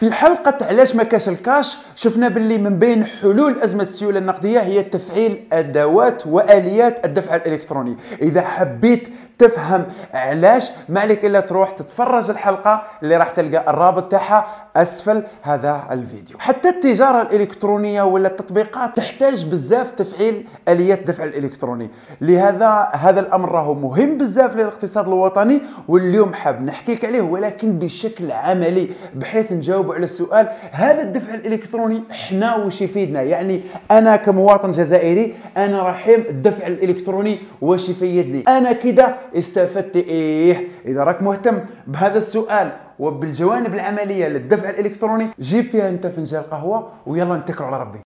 في حلقة علاش ما كاش الكاش شفنا باللي من بين حلول أزمة السيولة النقدية هي تفعيل أدوات وآليات الدفع الإلكتروني. إذا حبيت تفهم علاش ما عليك إلا تروح تتفرج الحلقة اللي راح تلقى الرابط تاعها أسفل هذا الفيديو. حتى التجارة الإلكترونية ولا التطبيقات تحتاج بزاف تفعيل آليات الدفع الإلكتروني، لهذا هذا الأمر راهو مهم بزاف للاقتصاد الوطني، واليوم حاب نحكي لك عليه ولكن بشكل عملي بحيث نجاوب على السؤال هذا الدفع الإلكتروني احنا وش يفيدنا. يعني أنا كمواطن جزائري أنا رحيم الدفع الإلكتروني وش يفيدني، أنا كده استفدت إيه؟ إذا راك مهتم بهذا السؤال وبالجوانب العملية للدفع الإلكتروني جيب فيها أنت فنجان قهوة ويلا نتكلوا على ربي.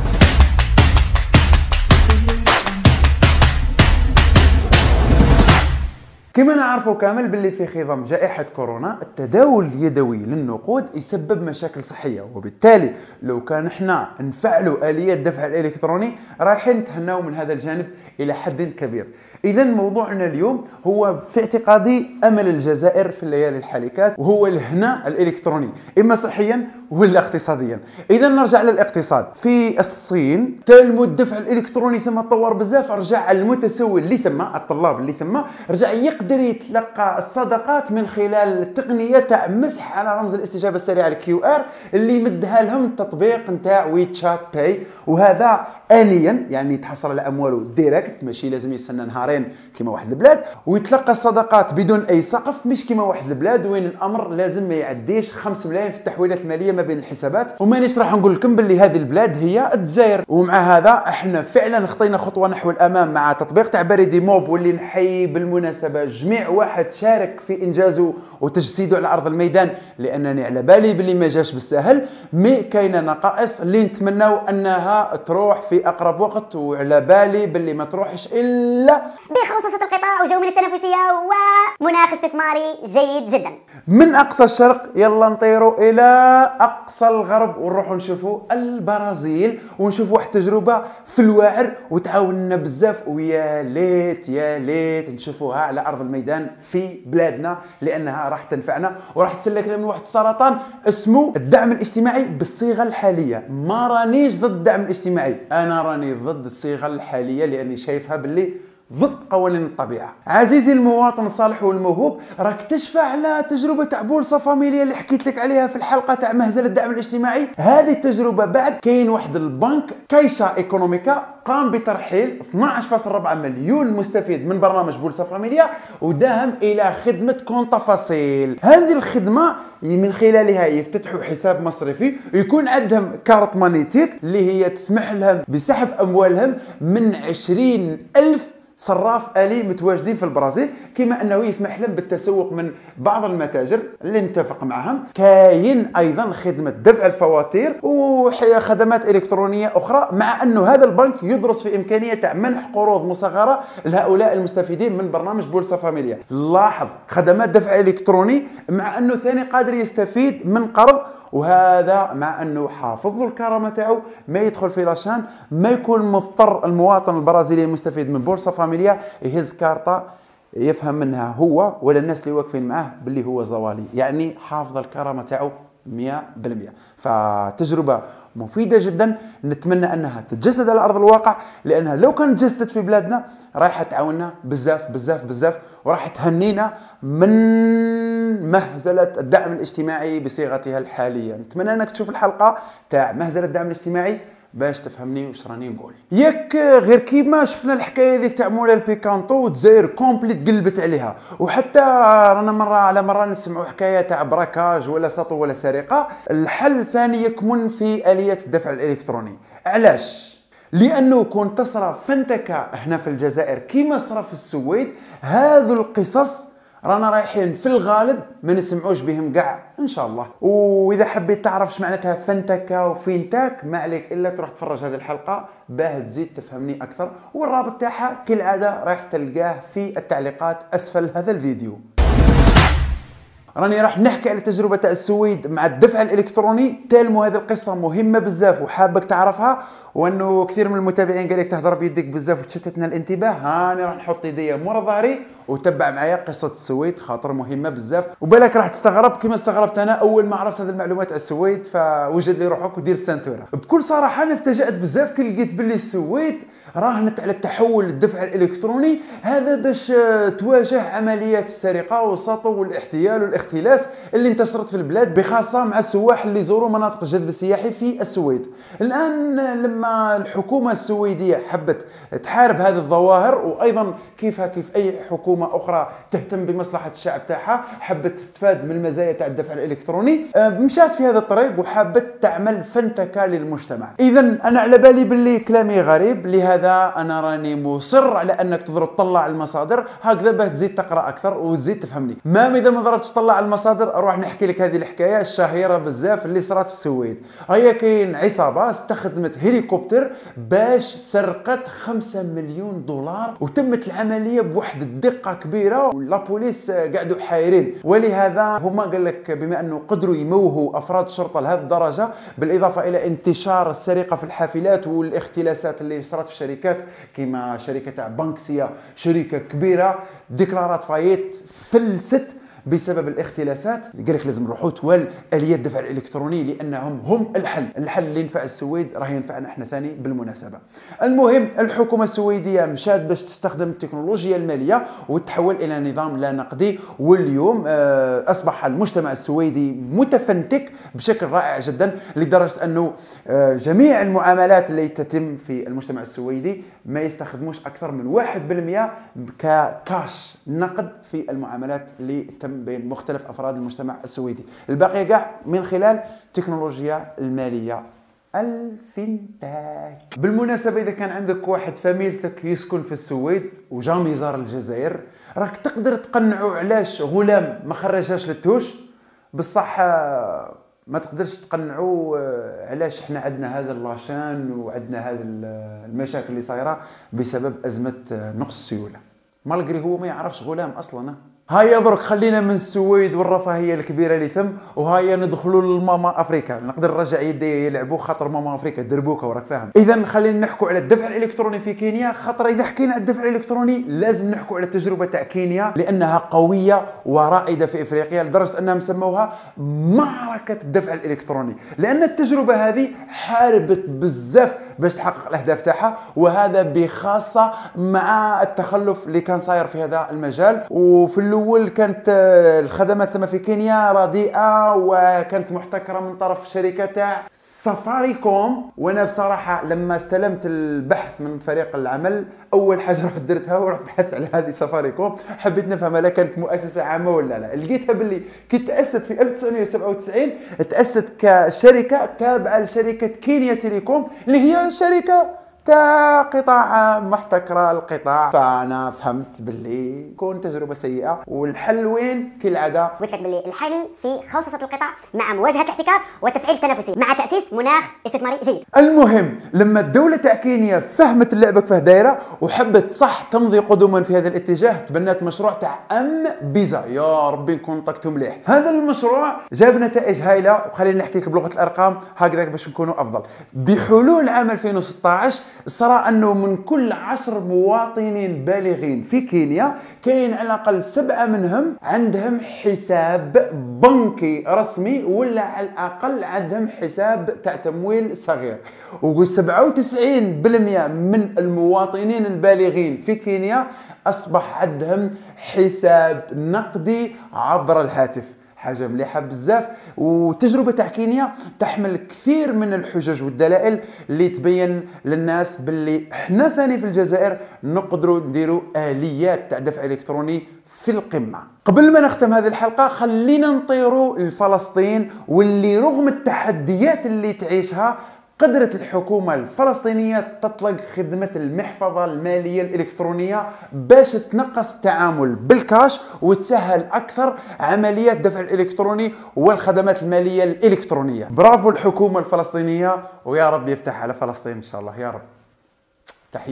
كما نعرفوا كامل باللي في خضم جائحة كورونا التداول اليدوي للنقود يسبب مشاكل صحية، وبالتالي لو كان احنا نفعلوا آليات الدفع الإلكتروني رايحين نتهناو من هذا الجانب إلى حد كبير. إذا موضوعنا اليوم هو في اعتقادي أمل الجزائر في الليالي الحالكات، وهو الهنا الإلكتروني إما صحيا ولا اقتصاديا. إذا نرجع للاقتصاد. في الصين تنمو الدفع الإلكتروني ثم تطور بزاف، رجع المتسول اللي ثم الطلاب اللي ثم رجع يقدر يتلقى الصدقات من خلال التقنية تاع مسح على رمز الاستجابة السريعة الكيو ار اللي مدها لهم التطبيق نتاع ويتشات باي، وهذا آنيا يعني يتحصل على أمواله ديريكت، ماشي لازم يستنى نهارين كما واحد البلاد، ويتلقى الصدقات بدون أي سقف مش كما واحد البلاد وين الأمر لازم ما يعديش 5 ملايين في التحويلات المالية ما بين الحسابات. ومانيش راح نقول لكم باللي هذه البلاد هي الجزائر. ومع هذا احنا فعلا خطينا خطوة نحو الأمام مع تطبيق تاع بريدي موب، واللي نحيي بالمناسبة جميع واحد شارك في إنجازه وتجسيده على أرض الميدان، لأنني على بالي باللي ما جاش بالسهل، مي كاينه نقائص اللي نتمناو أنها تروح في أقرب وقت، وعلى بالي باللي ما تروحش إلا بخصوص القطاع وجو من التنافسية ومناخ استثماري جيد جدا. من أقصى الشرق يلا نطيروا إلى أقصى الغرب ونروحوا نشوفوا البرازيل ونشوفوا واحد تجربة في الواعر وتعاوننا بزاف، ويا ليت يا ليت نشوفوها على أرض الميدان في بلادنا، لأنها راح تنفعنا وراح تسلكنا من واحد السرطان اسمه الدعم الاجتماعي بالصيغة الحالية. ما رانيش ضد الدعم الاجتماعي، أنا راني ضد الصيغة الحالية لأني شايفها باللي ضد قوانين الطبيعة. عزيزي المواطن الصالح والموهوب، راك تشفع على تجربة تاع بورصة فاميليا اللي حكيت لك عليها في الحلقة تاع مهزلة الدعم الاجتماعي. هذه التجربة بعد كاين واحد البنك كايشا ايكونوميكا قام بترحيل 12.4 مليون مستفيد من برنامج بورصة فاميليا وداهم إلى خدمة كونطا فاصيل. هذه الخدمة من خلالها يفتتحوا حساب مصرفي، يكون عندهم كارت مانيتيك اللي هي تسمح لهم بسحب أموالهم من 20,000 صراف آلي متواجدين في البرازيل، كما أنه يسمح لهم بالتسوق من بعض المتاجر اللي نتفق معهم. كاين أيضا خدمة دفع الفواتير وخدمات إلكترونية أخرى، مع أنه هذا البنك يدرس في إمكانية منح قروض مصغرة لهؤلاء المستفيدين من برنامج بورصة فاميليا. لاحظ خدمات دفع إلكتروني مع أنه ثاني قادر يستفيد من قرض، وهذا مع أنه حافظ له الكرامة تاعو، ما يدخل في لاشان، ما يكون مضطر المواطن البرازيلي المستفيد من بورصة فاميليا يهز كارطة يفهم منها هو ولا الناس اللي واقفين معاه باللي هو زوالي، يعني حافظ الكرامة تاعو 100%. فتجربة مفيدة جدا، نتمنى أنها تتجسد على أرض الواقع، لأنها لو كانت تجسدت في بلادنا راح تعاوننا بزاف بزاف بزاف، وراح تهنينا من مهزلة الدعم الاجتماعي بصيغتها الحالية. نتمنى أنك تشوف الحلقة تاع مهزلة الدعم الاجتماعي باش تفهمني واش راني نقول. ياك غير كيما شفنا الحكايه ديك تاع مولا البيكانتو والجزائر كومبليت قلبت عليها، وحتى رانا مره على مره نسمعوا حكايه تاع براكاج ولا سطو ولا سرقه. الحل الثاني يكمن في اليات الدفع الالكتروني. علاش؟ لانه كون تصرف فنتكه هنا في الجزائر كيما صرف في السويد، هذو القصص رانا رايحين في الغالب ما نسمعوش بهم كاع ان شاء الله. واذا حبيت تعرف اش معناتها فنتكه وفينتاك ما عليك الا تروح تفرج هذه الحلقه باه تزيد تفهمني اكثر، والرابط تاعها كالعاده رايح تلقاه في التعليقات اسفل هذا الفيديو. راني راح نحكي على تجربة تاع السويد مع الدفع الالكتروني. تالمو هذه القصة مهمة بزاف وحابك تعرفها، وانه كثير من المتابعين قال لك تهضر بيديك بزاف وتشتتنا الانتباه. هاني راح نحط يديا مورا ظهري وتبع معايا قصة السويد خاطر مهمة بزاف، وبالك راح تستغرب كما استغربت انا اول ما عرفت هذه المعلومات على السويد. فوجد لي روحك ودير السنتورة. بكل صراحة انا افتجأت بزاف كي لقيت باللي السويد راهنت على التحول للدفع الالكتروني هذا باش تواجه عمليات السرقه والسطو والاحتيال والاختلاس اللي انتشرت في البلاد، بخاصه مع السواح اللي يزوروا مناطق الجذب السياحي في السويد. الان لما الحكومه السويديه حبت تحارب هذه الظواهر، وايضا كيفها كيف اي حكومه اخرى تهتم بمصلحه الشعب تاعها، حبت تستفاد من المزايا تاع الدفع الالكتروني، مشات في هذا الطريق وحابت تعمل فنتكه للمجتمع. اذا انا على بالي باللي كلامي غريب، لهذا انا راني مصر على انك تضرب تطلع المصادر هكذا باش تزيد تقرا اكثر وتزيد تفهمني. ما اذا ما ضربتش تطلع المصادر اروح نحكي لك هذه الحكايه الشهيره بزاف اللي صارت في السويد. هيا كاين عصابه استخدمت هليكوبتر باش سرقت 5 مليون دولار، وتمت العمليه بواحد الدقه كبيره، والبوليس قاعدوا حايرين. ولهذا هما قال لك بما انه قدروا يموهوا افراد الشرطه لهذه الدرجه، بالاضافه الى انتشار السرقه في الحافلات والاختلاسات اللي صارت في الشركات كما شركه تاع بانكسيا، شركه كبيره ديكلارات فايت فلست بسبب الاختلاسات. قال لك لازم نروحوا توال اليات الدفع الالكتروني لانهم هم الحل اللي ينفع السويد راه ينفعنا احنا ثاني بالمناسبه. المهم الحكومه السويديه مشات باش تستخدم التكنولوجيا الماليه وتحول الى نظام لا نقدي، واليوم اصبح المجتمع السويدي متفنتك بشكل رائع جدا، لدرجه انه جميع المعاملات اللي تتم في المجتمع السويدي ما يستخدموش اكثر من 1% ككاش نقد في المعاملات اللي تم بين مختلف افراد المجتمع السويدي. الباقي كاع من خلال التكنولوجيا الماليه الفينتاك. بالمناسبه اذا كان عندك واحد فاميلتك يسكن في السويد وجامي زار الجزائر، راك تقدر تقنعوا علاش غلام ما خرجهاش للتوش، بصح ما تقدرش تقنعوا علاش احنا عندنا هذا اللاشان وعندنا هذا المشاكل اللي صايره بسبب ازمه نقص السيوله. مالغري هو ما يعرفش غلام اصلا. هيا درك خلينا من السويد والرفاهيه الكبيره اللي ثم، وهيا ندخلوا للماما افريكا. نقدر نرجع يدي يلعبوا خاطر ماما افريكا دربوكه وراك فاهم. اذا خلينا نحكوا على الدفع الالكتروني في كينيا، خاطر اذا حكينا على الدفع الالكتروني لازم نحكوا على التجربه تاع كينيا لانها قويه ورائده في افريقيا، لدرجه انهم سموها معركه الدفع الالكتروني، لان التجربه هذه حاربت بزاف باش تحقق الاهداف تاعها، وهذا بخاصه مع التخلف اللي كان صاير في هذا المجال. وفي الاول كانت الخدمات ثم في كينيا رديئه وكانت محتكره من طرف شركه تاع سفاريكوم. وانا بصراحه لما استلمت البحث من فريق العمل اول حاجه رحت درتها ورحت بحثت على هذه سفاريكوم، حبيت نفهم هل كانت مؤسسه عامه ولا لا. لقيتها باللي كي تاسست في 1997 تاسست كشركه تابعه لشركه كينيا تيليكوم اللي هي شركه تاع قطاع محتكرة القطاع. فأنا فهمت باللي كون تجربة سيئة، والحل وين كالعادة؟ قلت لك باللي الحل في خوصصة القطاع مع مواجهة الاحتكار والتفعيل التنافسي مع تأسيس مناخ استثماري جيد. المهم لما الدولة تاع كينيا فهمت اللعبة كيفاه دايرة وحبت صح تمضي قدما في هذا الاتجاه، تبنت مشروع تاع بيزا. يا ربي نكون طقته مليح. هذا المشروع جاب نتائج هائلة، وخلينا نحكي لك بلغة الأرقام هكذا باش نكونوا أفضل. بحلول عام 2016 صار أنه من كل 10 مواطنين بالغين في كينيا كاين على الأقل 7 منهم عندهم حساب بنكي رسمي، ولا على الأقل عندهم حساب تاع تمويل صغير. و97% من المواطنين البالغين في كينيا أصبح عندهم حساب نقدي عبر الهاتف. حاجة مليحة بزاف. وتجربة تاع كينيا تحمل كثير من الحجج والدلائل اللي تبين للناس باللي احنا ثاني في الجزائر نقدروا نديروا آليات تاع دفع إلكتروني في القمة. قبل ما نختم هذه الحلقة خلينا نطيروا لفلسطين، واللي رغم التحديات اللي تعيشها قدرت الحكومة الفلسطينية تطلق خدمة المحفظة المالية الإلكترونية باش تنقص التعامل بالكاش وتسهل أكثر عمليات الدفع الإلكتروني والخدمات المالية الإلكترونية. برافو الحكومة الفلسطينية، ويا رب يفتح على فلسطين إن شاء الله يا رب. تحياتنا.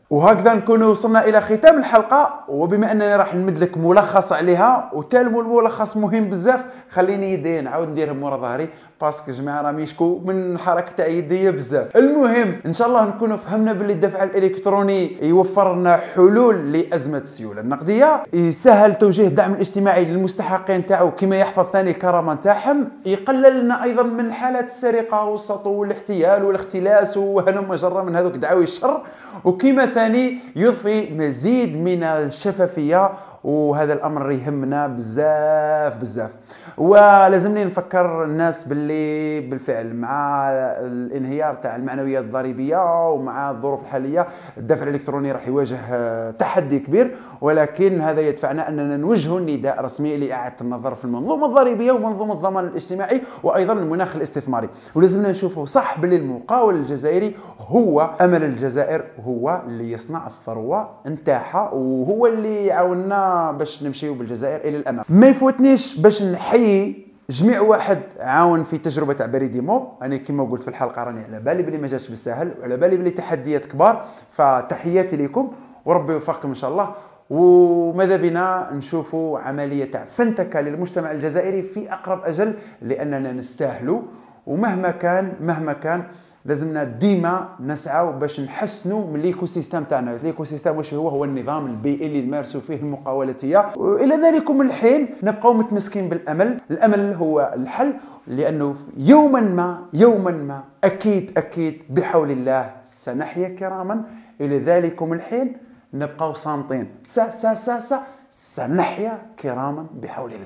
وهكذا نكون وصلنا الى ختام الحلقه، وبما انني راح نمد لك ملخص عليها، وتالمو الملخص مهم بزاف، خليني يدي نعاود نديرهم مورا ظهري باسكو جماعه راه ميشكو من حركه تاع يديا بزاف. المهم ان شاء الله نكونوا فهمنا باللي الدفع الالكتروني يوفر لنا حلول لازمه السيوله النقديه، يسهل توجيه الدعم الاجتماعي للمستحقين تاعو كما يحفظ ثاني الكرامه تاعهم، يقلل لنا ايضا من حالات السرقه والسطو والاحتيال والاختلاس وهلم جرى من هذوك دعاوي الشر، وكما ثاني يضفي مزيد من الشفافيه، وهذا الامر يهمنا بزاف بزاف. ولازمني نفكر الناس باللي بالفعل مع الانهيار تاع المعنويات الضريبيه ومع الظروف الحاليه الدفع الالكتروني راح يواجه تحدي كبير، ولكن هذا يدفعنا اننا نوجه نداء رسمي لاعاده النظر في المنظومه الضريبيه ومنظومه الضمان الاجتماعي وايضا المناخ الاستثماري، ولازمنا نشوفوا صح باللي المقاول الجزائري هو امل الجزائر، هو اللي يصنع الثروه نتاعها، وهو اللي يعاوننا باش نمشيو بالجزائر الى الامام. ما يفوتنيش باش نحيي جميع واحد عاون في تجربه تاع بريدي موب. انا كما قلت في الحلقه راني على بالي بلي ما جاتش بالساهل، وعلى بالي بلي تحديات كبار، فتحياتي لكم وربي يوفقكم ان شاء الله. وماذا بنا نشوفوا عمليه تاع فنتكه للمجتمع الجزائري في اقرب اجل، لاننا نستاهلوا، ومهما كان لازمنا ديما نسعى باش نحسنوا من الايكو سيستم تاعنا. الايكو سيستم واش هو النظام البيئي اللي نمارسوا فيه المقاولاتيه، والى ذلكم الحين نبقاو متمسكين بالامل. الامل هو الحل، لانه يوما ما اكيد بحول الله سنحيا كراما. الى ذلكم الحين نبقاو صامتين، سنحيا كراما بحول الله.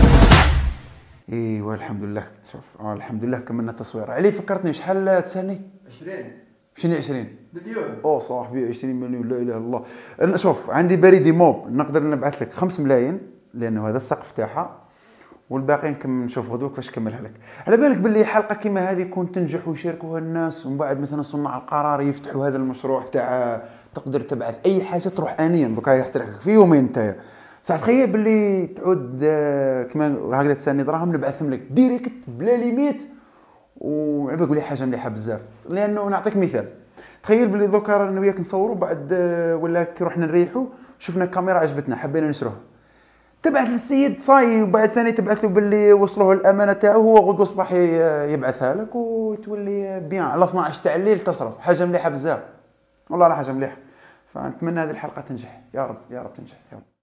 ايوا الحمد لله. شوف الحمد لله كملنا التصوير. علي فكرتني شحال تسالني؟ 20. شنو 20 مليون؟ او صاحبي 20 مليون، لا اله الا الله. انا شوف عندي بريدي موب نقدر نبعث لك 5 ملايين لانه هذا السقف تاعها، والباقي نشوف غدوه كيفاش نكملها لك. على بالك باللي حلقه كيما هذه كون تنجح ويشاركوها الناس، ومن بعد مثلا صناع القرار يفتحوا هذا المشروع تاع تقدر تبعث اي حاجه تروح انيا دوكا يحترقك في يومين نتايا. صح تخيل باللي تعود كما هكذا تسالني دراهم نبعثهم لك ديريكت بلا ليميت. وعبا نقول لي حاجه مليحه بزاف، لانه نعطيك مثال. تخيل باللي دوكا انا وياك نصوروا بعد ولا كي رحنا نريحوا شفنا كاميرا عجبتنا حبينا نشروها، تبعث للسيد صاي، وبعد ثاني تبعث له باللي وصلوه الامانه تاعو، هو غدوه صباح يبعثها لك وتولي بيان على 12 تاع الليل تصرف. حاجه مليحه بزاف والله، راه حاجه مليحه. فنتمنى هذه الحلقه تنجح يا رب، يا رب تنجح يا رب.